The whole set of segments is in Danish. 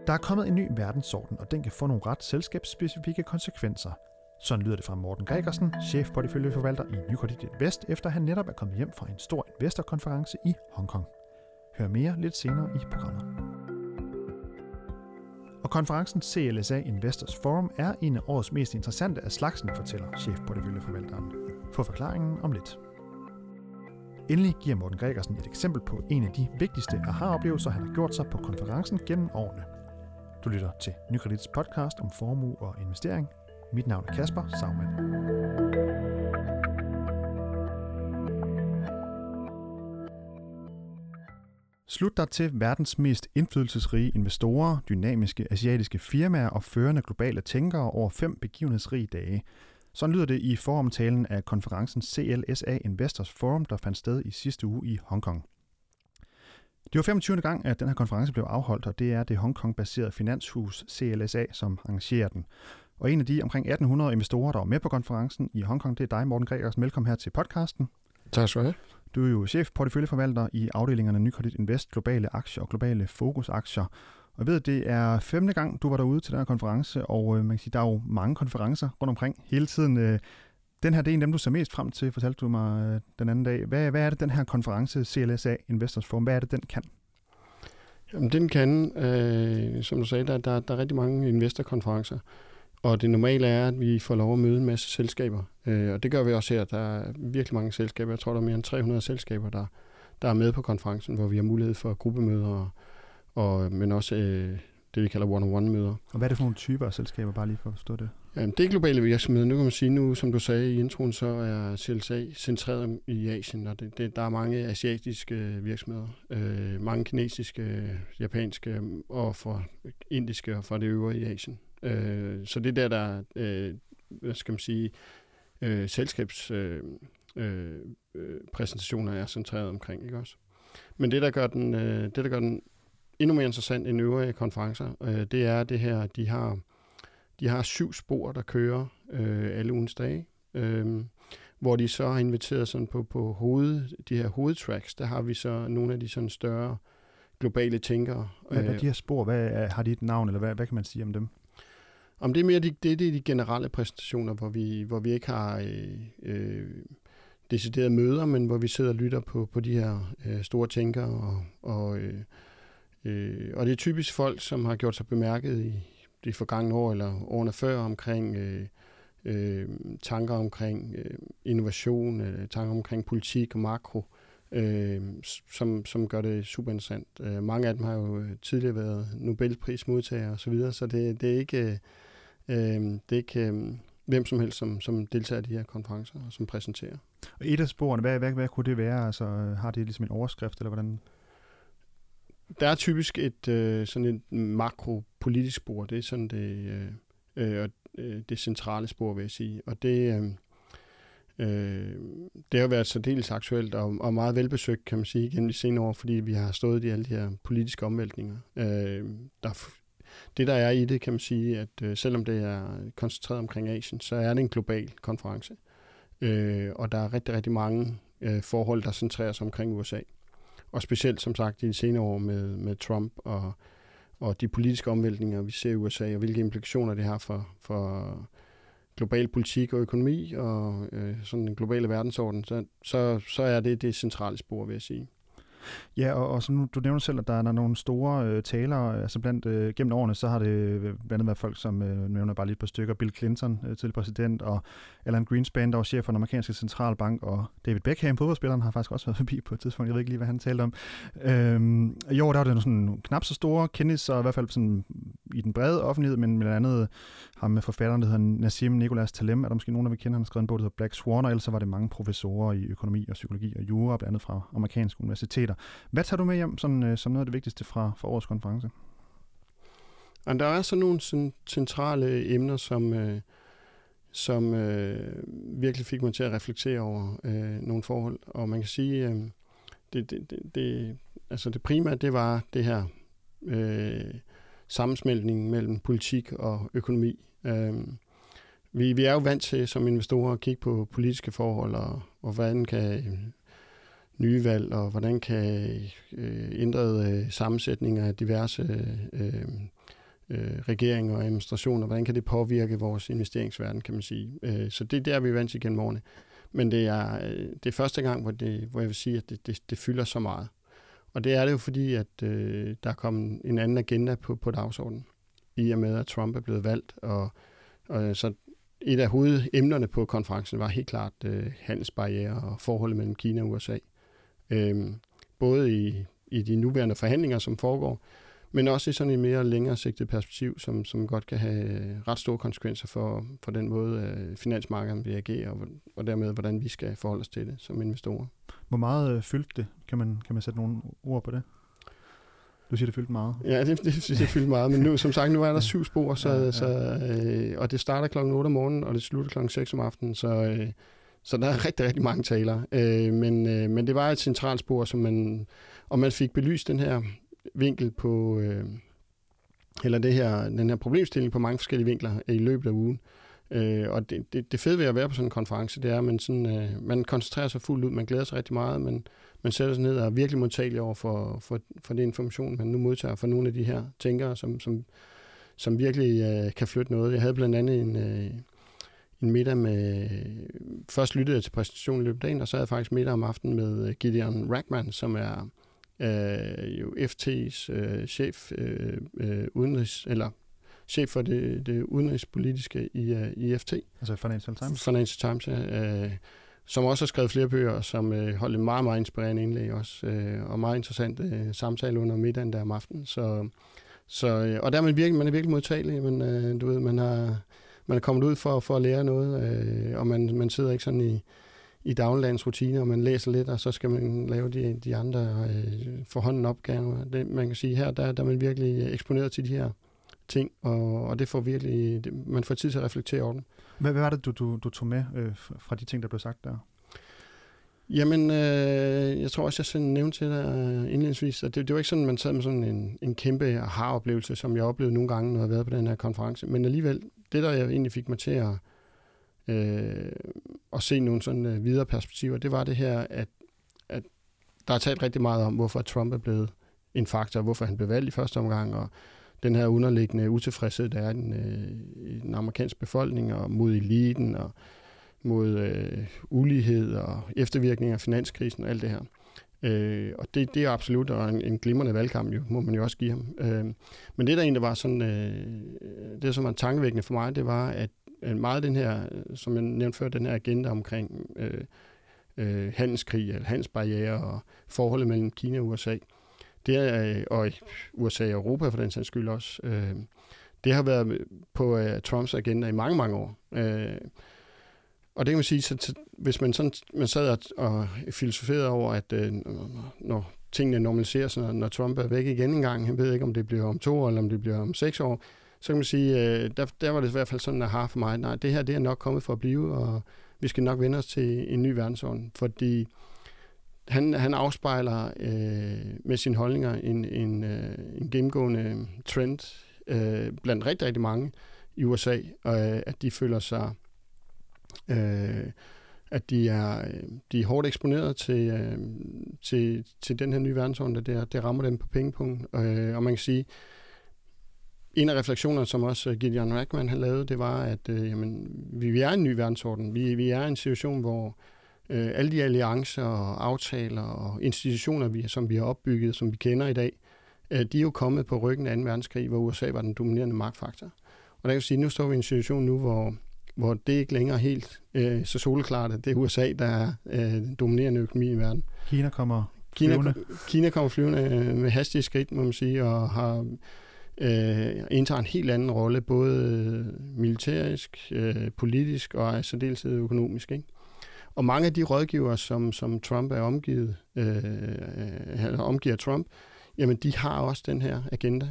Der er kommet en ny verdensorden, og den kan få nogle ret selskabsspecifikke konsekvenser. Sådan lyder det fra Morten Gregersen, chefporteføljeforvalter i Nykredit Invest, efter han netop er kommet hjem fra en stor investorkonference i Hongkong. Hør mere lidt senere i programmet. Og konferencen CLSA Investors Forum er en af årets mest interessante af slagsen, fortæller chefporteføljeforvalteren. Få forklaringen om lidt. Endelig giver Morten Gregersen et eksempel på en af de vigtigste aha-oplevelser, han har gjort sig på konferencen gennem årene. Du lytter til Nykredits podcast om formue og investering. Mit navn er Kasper Sagmann. Slut dig til verdens mest indflydelsesrige investorer, dynamiske asiatiske firmaer og førende globale tænkere over 5 begivenhedsrige dage. Sådan lyder det i foromtalen af konferencen CLSA Investors Forum, der fandt sted i sidste uge i Hongkong. Det var 25. gang, at den her konference blev afholdt, og det er det Hongkong-baserede finanshus CLSA, som arrangerer den. Og en af de omkring 1800 investorer, der var med på konferencen i Hongkong, det er dig, Morten Gregersen. Velkommen her til podcasten. Tak skal du have. Du er jo chefporteføljeforvalter i afdelingerne Nykredit Invest, globale aktier og globale fokusaktier. Og jeg ved, det er 5. gang, du var derude til den her konference, og man kan sige, der er jo mange konferencer rundt omkring hele tiden. Den her, det er en af dem, du ser mest frem til, fortalte du mig den anden dag. Hvad er det, den her konference CLSA Investors Forum, hvad er det, den kan? Jamen, den kan, som du sagde, der er rigtig mange investorkonferencer, og det normale er, at vi får lov at møde en masse selskaber, og det gør vi også her. Der er virkelig mange selskaber. Jeg tror, der er mere end 300 selskaber, der er med på konferencen, hvor vi har mulighed for gruppemøder, men også det, vi kalder one-on-one-møder. Og hvad er det for nogle typer af selskaber, bare lige for at forstå det? Jamen, det er globale virksomheder. Nu kan man sige, som du sagde i introen, så er CLSA centreret i Asien, og der er mange asiatiske virksomheder. Mange kinesiske, japanske og for indiske og for det øvrige i Asien. Så det der hvad skal man sige, selskabspræsentationer er centreret omkring, ikke også? Men det, der gør den endnu mere interessant end øvrige konferencer, det er det her, de har 7 spor, der kører alle ugens dage, hvor de så har inviteret sådan på de her hovedtracks, der har vi så nogle af de sådan større globale tænkere. Hvad er de her spor? Har de et navn, eller hvad kan man sige om dem? Om det er mere de generelle præsentationer, hvor vi ikke har deciderede møder, men hvor vi sidder og lytter på de her store tænkere, og det er typisk folk, som har gjort sig bemærket i de forgangne år eller årene før omkring tanker omkring innovation, tanker omkring politik og makro, som gør det super interessant. Mange af dem har jo tidligere været Nobelprismodtagere og så videre, så det er ikke hvem som helst, som deltager i de her konferencer og som præsenterer. Og et af sporene, hvad kunne det være? Altså, har det ligesom en overskrift, eller hvordan? Der er typisk sådan et makropolitisk spor. Det er sådan det centrale spor, vil jeg sige. Og det har været særdeles aktuelt og meget velbesøgt, kan man sige, gennem de senere år, fordi vi har stået i alle de her politiske omvæltninger. Det, der er i det, kan man sige, at selvom det er koncentreret omkring Asien, så er det en global konference. Og der er rigtig, rigtig mange forhold, der centrerer sig omkring USA. Og specielt, som sagt, i de senere år med Trump og de politiske omvæltninger, vi ser i USA, og hvilke implikationer det har for global politik og økonomi og sådan den globale verdensorden, så er det centrale spor, vil jeg sige. Ja, og som du nævner selv, at der er nogle store talere, altså gennem årene, så har det blandt andet været folk, som nævner bare lidt på stykker, Bill Clinton, tidligere præsident, og Alan Greenspan, der var chef for den amerikanske centralbank, og David Beckham, fodboldspilleren, har faktisk også været forbi på et tidspunkt, jeg ved ikke lige, hvad han talte om. Jo, der var det sådan knap så store kendelser, i hvert fald sådan i den brede offentlighed, men blandt andet ham med forfatteren, der hedder Nassim Nicholas Taleb, er der måske nogen, der vil kende, han har skrevet en bog, der hedder Black Swan, og ellers så var det mange professorer i økonomi og psykologi og jura, blandt andet fra amerikanske universiteter. Hvad tager du med hjem som noget af det vigtigste fra årets konference? Og der er så nogle centrale emner, som virkelig fik mig til at reflektere over nogle forhold. Og man kan sige, det primære, det var det her sammensmeltning mellem politik og økonomi. Vi er jo vant til som investorer at kigge på politiske forhold, og hvordan kan nye valg, og hvordan kan ændrede sammensætninger af diverse regering og administration, og hvordan kan det påvirke vores investeringsverden, kan man sige. Så det er der, vi er vant til gennem årene. Men det er første gang, hvor jeg vil sige, at det fylder så meget. Og det er det jo fordi, at der er kommet en anden agenda på dagsordenen, i og med, at Trump er blevet valgt. Og så et af hovedemnerne på konferencen var helt klart handelsbarrierer og forholdet mellem Kina og USA. Både i de nuværende forhandlinger, som foregår, men også i sådan et mere længere sigtet perspektiv, som godt kan have ret store konsekvenser for den måde, finansmarkederne vil agere, og dermed, hvordan vi skal forholde os til det som investorer. Hvor meget fyldte det? Kan man sætte nogle ord på det? Du siger, det fyldte meget. Ja, det fyldte meget, men nu, som sagt, nu er der 7 spor, og det starter kl. 8 om morgenen, og det slutter kl. 6 om aftenen, så der er rigtig, rigtig mange talere. Men det var et centralt spor, og man fik belyst den her vinkel på, eller den her problemstilling på mange forskellige vinkler i løbet af ugen. Og det fede ved at være på sådan en konference, det er, at man koncentrerer sig fuldt ud, man glæder sig rigtig meget, men man sætter sig ned og er virkelig modtagelig over for det information, man nu modtager fra nogle af de her tænkere, som virkelig kan flytte noget. Jeg havde blandt andet en middag med... Først lyttede jeg til præsentationen i løbet af dagen, og så havde jeg faktisk middag om aftenen med Gideon Rachman, som er jo FT's chef chef for det udenrigspolitiske i FT. Altså Financial Times? Financial Times, ja. Som også har skrevet flere bøger, som holdt en meget, meget inspirerende indlæg også, og meget interessant samtale under middagen der om aftenen. Og der er man virkelig modtagelig, men du ved, man er kommet ud for at lære noget, og man sidder ikke sådan i dagligdagens rutiner, og man læser lidt, og så skal man lave de andre forhåndende opgaver. Man kan sige, her der er man virkelig eksponeret til de her ting, og det får virkelig, man får tid til at reflektere over den. Hvad var det, du tog med fra de ting, der blev sagt der? Jamen, jeg tror også, jeg nævnte til dig indledningsvis, at det var ikke sådan, at man sad med sådan en kæmpe aha-oplevelse, som jeg oplevede nogle gange, når jeg har været på den her konference. Men alligevel, det der jeg egentlig fik mig til at se nogle sådan videre perspektiver, det var det her, at der er talt rigtig meget om, hvorfor Trump er blevet en faktor, hvorfor han blev valgt i første omgang, og den her underliggende utilfredshed, der er i den amerikanske befolkning, og mod eliten, og mod ulighed, og eftervirkninger af finanskrisen, og alt det her. Og det er absolut en glimrende valgkamp, jo, må man jo også give ham. Men det, der egentlig var sådan, det som var tankevækkende for mig, det var, at meget af den her, som jeg nævnte før, den her agenda omkring handelskrig, eller handelsbarriere, og forholdet mellem Kina og USA, det er, og USA og Europa for den sags skyld også, det har været på Trumps agenda i mange, mange år. Og det kan man sige, så hvis man sad og filosoferede over, at når tingene normaliserer sig, når Trump er væk igen en gang, jeg ved ikke, om det bliver om 2 år, eller om det bliver om 6 år, så kan man sige, der var det i hvert fald sådan en aha for mig, nej, det her det er nok kommet for at blive, og vi skal nok vende os til en ny verdensorden, fordi han afspejler med sine holdninger en gennemgående trend blandt rigtig, rigtig mange i USA, at de føler sig, at de er hårdt eksponeret til den her nye verdensorden, det rammer dem på pengepunkten. Og man kan sige, en af refleksionerne, som også Gideon Rachman har lavet, det var, at vi er en ny verdensorden. Vi er i en situation, hvor alle de alliancer og aftaler og institutioner, som vi har opbygget, som vi kender i dag, de er jo kommet på ryggen af 2. verdenskrig, hvor USA var den dominerende magtfaktor. Og der kan jeg sige, nu står vi i en situation nu, hvor det ikke længere helt så soleklart, at det er USA, der er den dominerende økonomi i verden. Kina kommer flyvende med hastige skridt, må man sige, og har indtager en helt anden rolle, både militærisk, politisk og særdeleshed økonomisk, ikke? Og mange af de rådgivere, som Trump er omgiver Trump, jamen de har også den her agenda.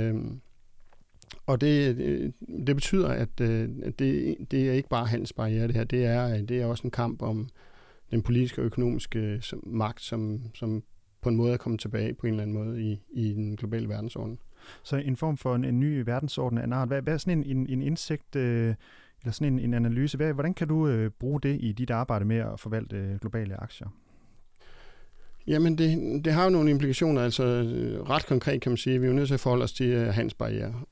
Og det betyder, at det er ikke bare handelsbarriere, det her. Det er også en kamp om den politiske og økonomiske magt, som på en måde er kommet tilbage på en eller anden måde i den globale verdensorden. Så en form for en ny verdensorden af en art. Hvad er sådan en indsigt, eller sådan en analyse? Hvordan kan du bruge det i dit arbejde med at forvalte globale aktier? Jamen, det har jo nogle implikationer. Altså, ret konkret kan man sige, at vi er nødt til at forholde os til handelsbarrierer.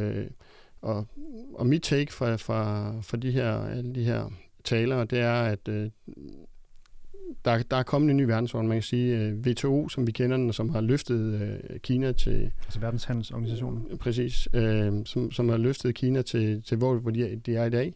Og mit take fra alle de her talere, det er, at der er kommet en ny verdensorden. Man kan sige, WTO, som vi kender den, som har løftet Kina til... Altså verdenshandelsorganisationen. Præcis. Som har løftet Kina til hvor de er i dag.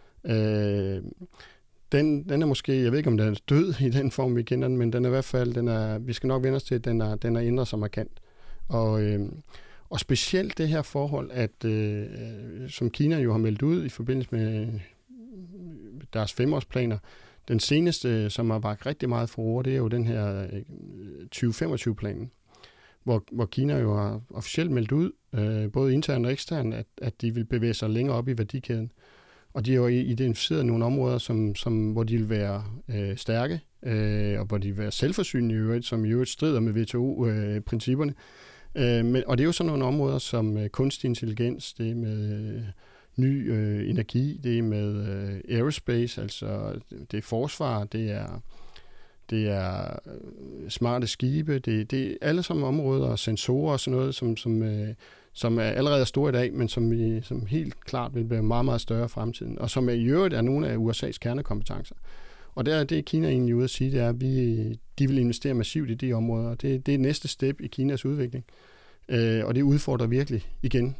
Den er måske, jeg ved ikke om den er død i den form, vi kender den, men den er i hvert fald, vi skal nok vende os til, at den er ændret sig markant. Og specielt det her forhold, at som Kina jo har meldt ud i forbindelse med deres 5-årsplaner, den seneste, som har vakt rigtig meget furore, det er jo den her 2025-planen, hvor Kina jo har officielt meldt ud, både internt og eksternt, at de vil bevæge sig længere op i værdikæden. Og de har jo identificeret nogle områder, hvor de vil være stærke, og hvor de vil være selvforsynende i øvrigt, som i øvrigt strider med WTO-principperne. Og det er jo sådan nogle områder som kunstig intelligens, det er med ny energi, det er med aerospace, altså det er forsvar, det er smarte skibe, det er alle sammen områder, og sensorer og sådan noget, som er allerede store i dag, men som helt klart vil blive meget, meget større i fremtiden, og som i øvrigt er nogle af USA's kernekompetencer. Og det er Kina egentlig ude at sige, det er, at de vil investere massivt i de områder, og det er næste step i Kinas udvikling. Og det udfordrer virkelig igen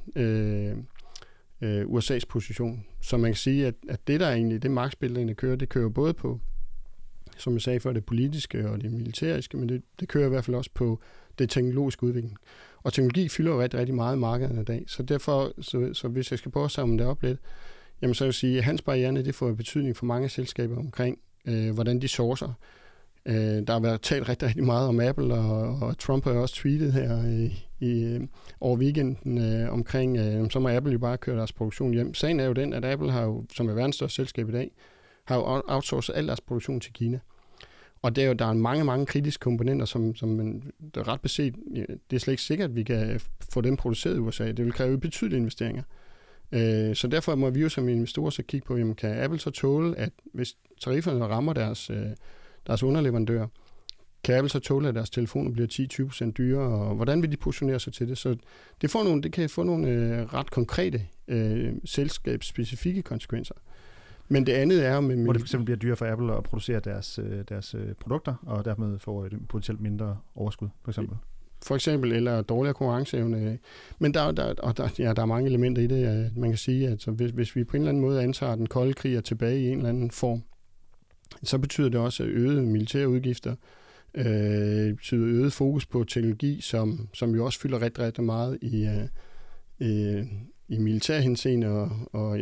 USA's position. Så man kan sige, at det der egentlig, det magtspil, der kører, det kører både på, som jeg sagde før, det politiske og det militæriske, men det kører i hvert fald også på det teknologiske udvikling. Og teknologi fylder jo rigtig, rigtig meget i markedet i dag. Så derfor, så hvis jeg skal prøve at samle det op lidt, jamen så vil jeg sige, at handelsbarriererne, det får betydning for mange selskaber omkring, hvordan de sourcer. Der har været talt rigtig, rigtig meget om Apple, og Trump har også tweetet her over weekenden omkring, så må Apple jo bare køre deres produktion hjem. Sagen er jo den, at Apple har jo, som er verdens største selskab i dag, har jo outsourcet al deres produktion til Kina. Og der er mange, mange kritiske komponenter, som der er ret beset, det er slet ikke sikkert, at vi kan få dem produceret i USA. Det vil kræve betydelige investeringer. Så derfor må vi jo som investorer så kigge på, jamen, kan Apple så tåle, at hvis tarifferne rammer deres underleverandører, kan Apple så tåle, at deres telefoner bliver 10-20% dyrere, og hvordan vil de positionere sig til det? Så det kan få nogle ret konkrete selskabsspecifikke konsekvenser. Men det andet er... Hvor det for eksempel bliver dyrere for Apple at producere deres produkter, og dermed får et potentielt mindre overskud, for eksempel. For eksempel, eller dårligere konkurrenceevne. Men der er mange elementer i det. Man kan sige, at hvis vi på en eller anden måde antager, at den kolde krig er tilbage i en eller anden form, så betyder det også øgede militære udgifter. Det betyder øget fokus på teknologi, som jo også fylder rigtig, rigtig meget i militær henseende og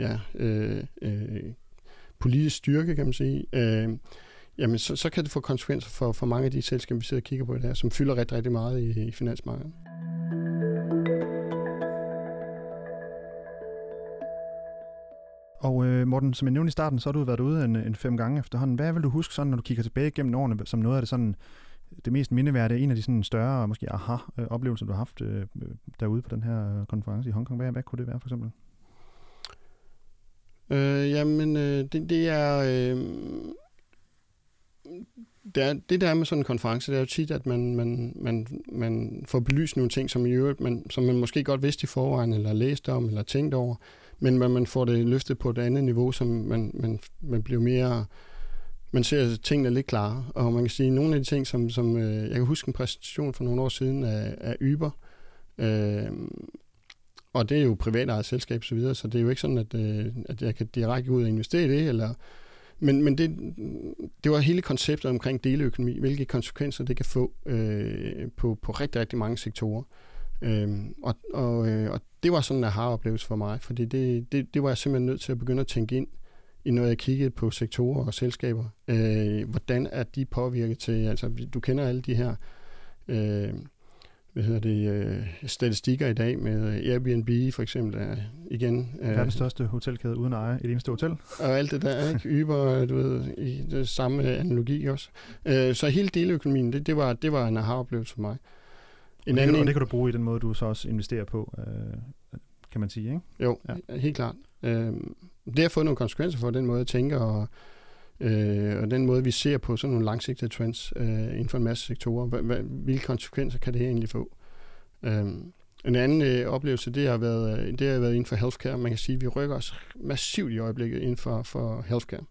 politisk styrke, kan man sige. Jamen, så kan det få konsekvenser for mange af de selskaber, vi sidder og kigger på i dag, som fylder rigtig, rigtig meget i finansmarkedet. Og Morten, som jeg nævnte i starten, så har du været ude en 5 gange efterhånden. Hvad vil du huske sådan, når du kigger tilbage gennem årene, som noget af det sådan det mest mindeværdige, en af de sådan større, måske aha-oplevelser, du har haft derude på den her konference i Hongkong? Hvad kunne det være, for eksempel? Det er... Det der er med sådan en konference, det er jo tit, at man får belyst nogle ting, som man måske godt vidste i forvejen, eller læste om, eller tænkt over, men man får det løftet på et andet niveau, som man bliver mere... Man ser tingene lidt klare, og man kan sige, nogle af de ting, som jeg kan huske en præsentation for nogle år siden af Uber, og det er jo privatejet selskab så videre, så det er jo ikke sådan, at jeg kan direkte ud og investere i det, eller... Men det var hele konceptet omkring deleøkonomi, hvilke konsekvenser det kan få på rigtig, rigtig mange sektorer. Og det var sådan en aha-oplevelse for mig, fordi det var jeg simpelthen nødt til at begynde at tænke ind i noget, jeg kiggede på sektorer og selskaber. Hvordan er de påvirket til, altså du kender alle de her statistikker i dag med Airbnb for eksempel, igen. Verdens største hotelkæde uden at eje et eneste hotel. Og alt det der, ikke? Uber, du ved, i det samme analogi også. Så hele deleøkonomien, det var en aha-oplevelse for mig. Og det kan du bruge i den måde, du så også investerer på, kan man sige, ikke? Jo, ja. Helt klart. Det har fået nogle konsekvenser for den måde, jeg tænker, og Og den måde, vi ser på sådan nogle langsigtede trends inden for en masse sektorer, hvilke konsekvenser kan det her egentlig få? En anden oplevelse, det har været inden for healthcare. Man kan sige, at vi rykker os massivt i øjeblikket inden for healthcare.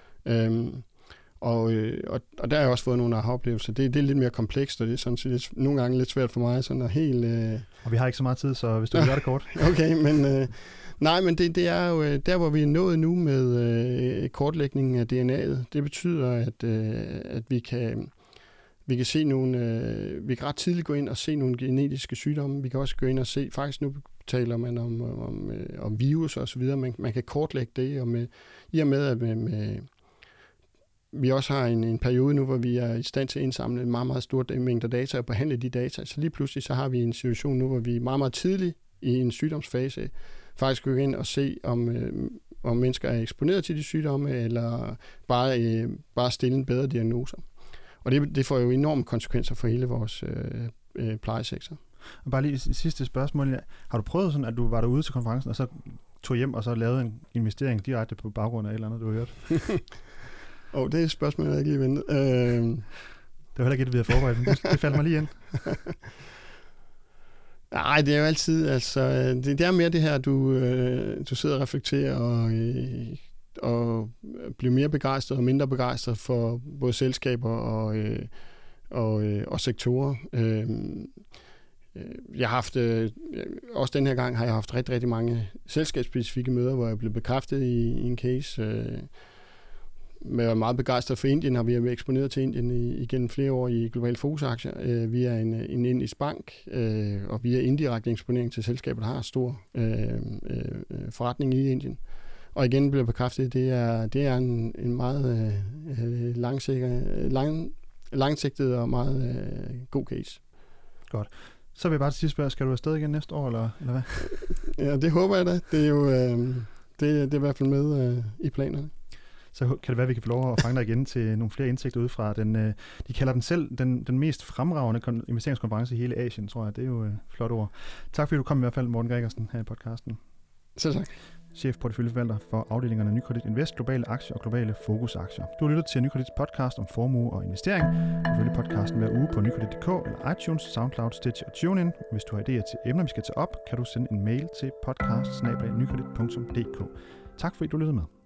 Og der har jeg også fået nogle aha-oplevelser. Det er lidt mere komplekst, og det er sådan set nogle gange lidt svært for mig. Sådan helt, Og vi har ikke så meget tid, så hvis du vil gøre det kort. Okay, men men det er jo der, hvor vi er nået nu med kortlægningen af DNA'et. Det betyder, at vi kan se nogle, vi kan ret tidligt gå ind og se nogle genetiske sygdomme. Vi kan også gå ind og se, faktisk nu taler man om virus og så videre. Man kan kortlægge det, og i og med, at vi også har en periode nu, hvor vi er i stand til at indsamle en meget, meget stor mængde data og behandle de data. Så lige pludselig så har vi en situation nu, hvor vi meget, meget tidligt i en sygdomsfase faktisk går ind og se, om mennesker er eksponeret til de sygdomme, eller bare stille en bedre diagnoser. Og det får jo enorme konsekvenser for hele vores plejesektor. Og bare lige sidste spørgsmål. Har du prøvet sådan, at du var derude til konferencen, og så tog hjem og så lavede en investering direkte på baggrund af et eller andet, du har hørt? Det er et spørgsmål, jeg ikke lige ventet. Det var heller ikke et, vi havde forberedt, men det faldt mig lige ind. Nej, det er jo altid, altså, det er mere det her, du sidder og reflekterer og bliver mere begejstret og mindre begejstret for både selskaber og sektorer. Jeg har haft, også den her gang har jeg haft rigtig, rigtig mange selskabsspecifikke møder, hvor jeg blev bekræftet i en case. Jeg er meget begejstret for Indien, og vi har været eksponeret til Indien igennem flere år i Global Fokusaktier. Vi er en indisk bank, og vi er indirekte eksponering til selskaber, der har stor forretning i Indien. Og igen bliver bekræftet, det er en meget langsigtet og meget god case. Godt. Så vil jeg bare til sidst spørge, skal du afsted igen næste år, eller hvad? Ja, det håber jeg da. Det er jo det er i hvert fald med i planerne. Så kan det være, at vi kan få lov at fange dig igen til nogle flere indsigter ud fra den, de kalder den selv den mest fremragende investeringskonference i hele Asien, tror jeg. Det er jo flot ord. Tak fordi du kom i hvert fald, Morten Gregersen, her i podcasten. Selv tak. Chef porteføljeforvalter for afdelingerne Nykredit Invest, globale aktier og globale fokusaktier. Du har lyttet til Nykredits podcast om formue og investering. Du følger podcasten hver uge på nykredit.dk eller iTunes, SoundCloud, Stitch og TuneIn. Hvis du har idéer til emner, vi skal tage op, kan du sende en mail til podcast@nykredit.dk. Tak fordi du lyttede med.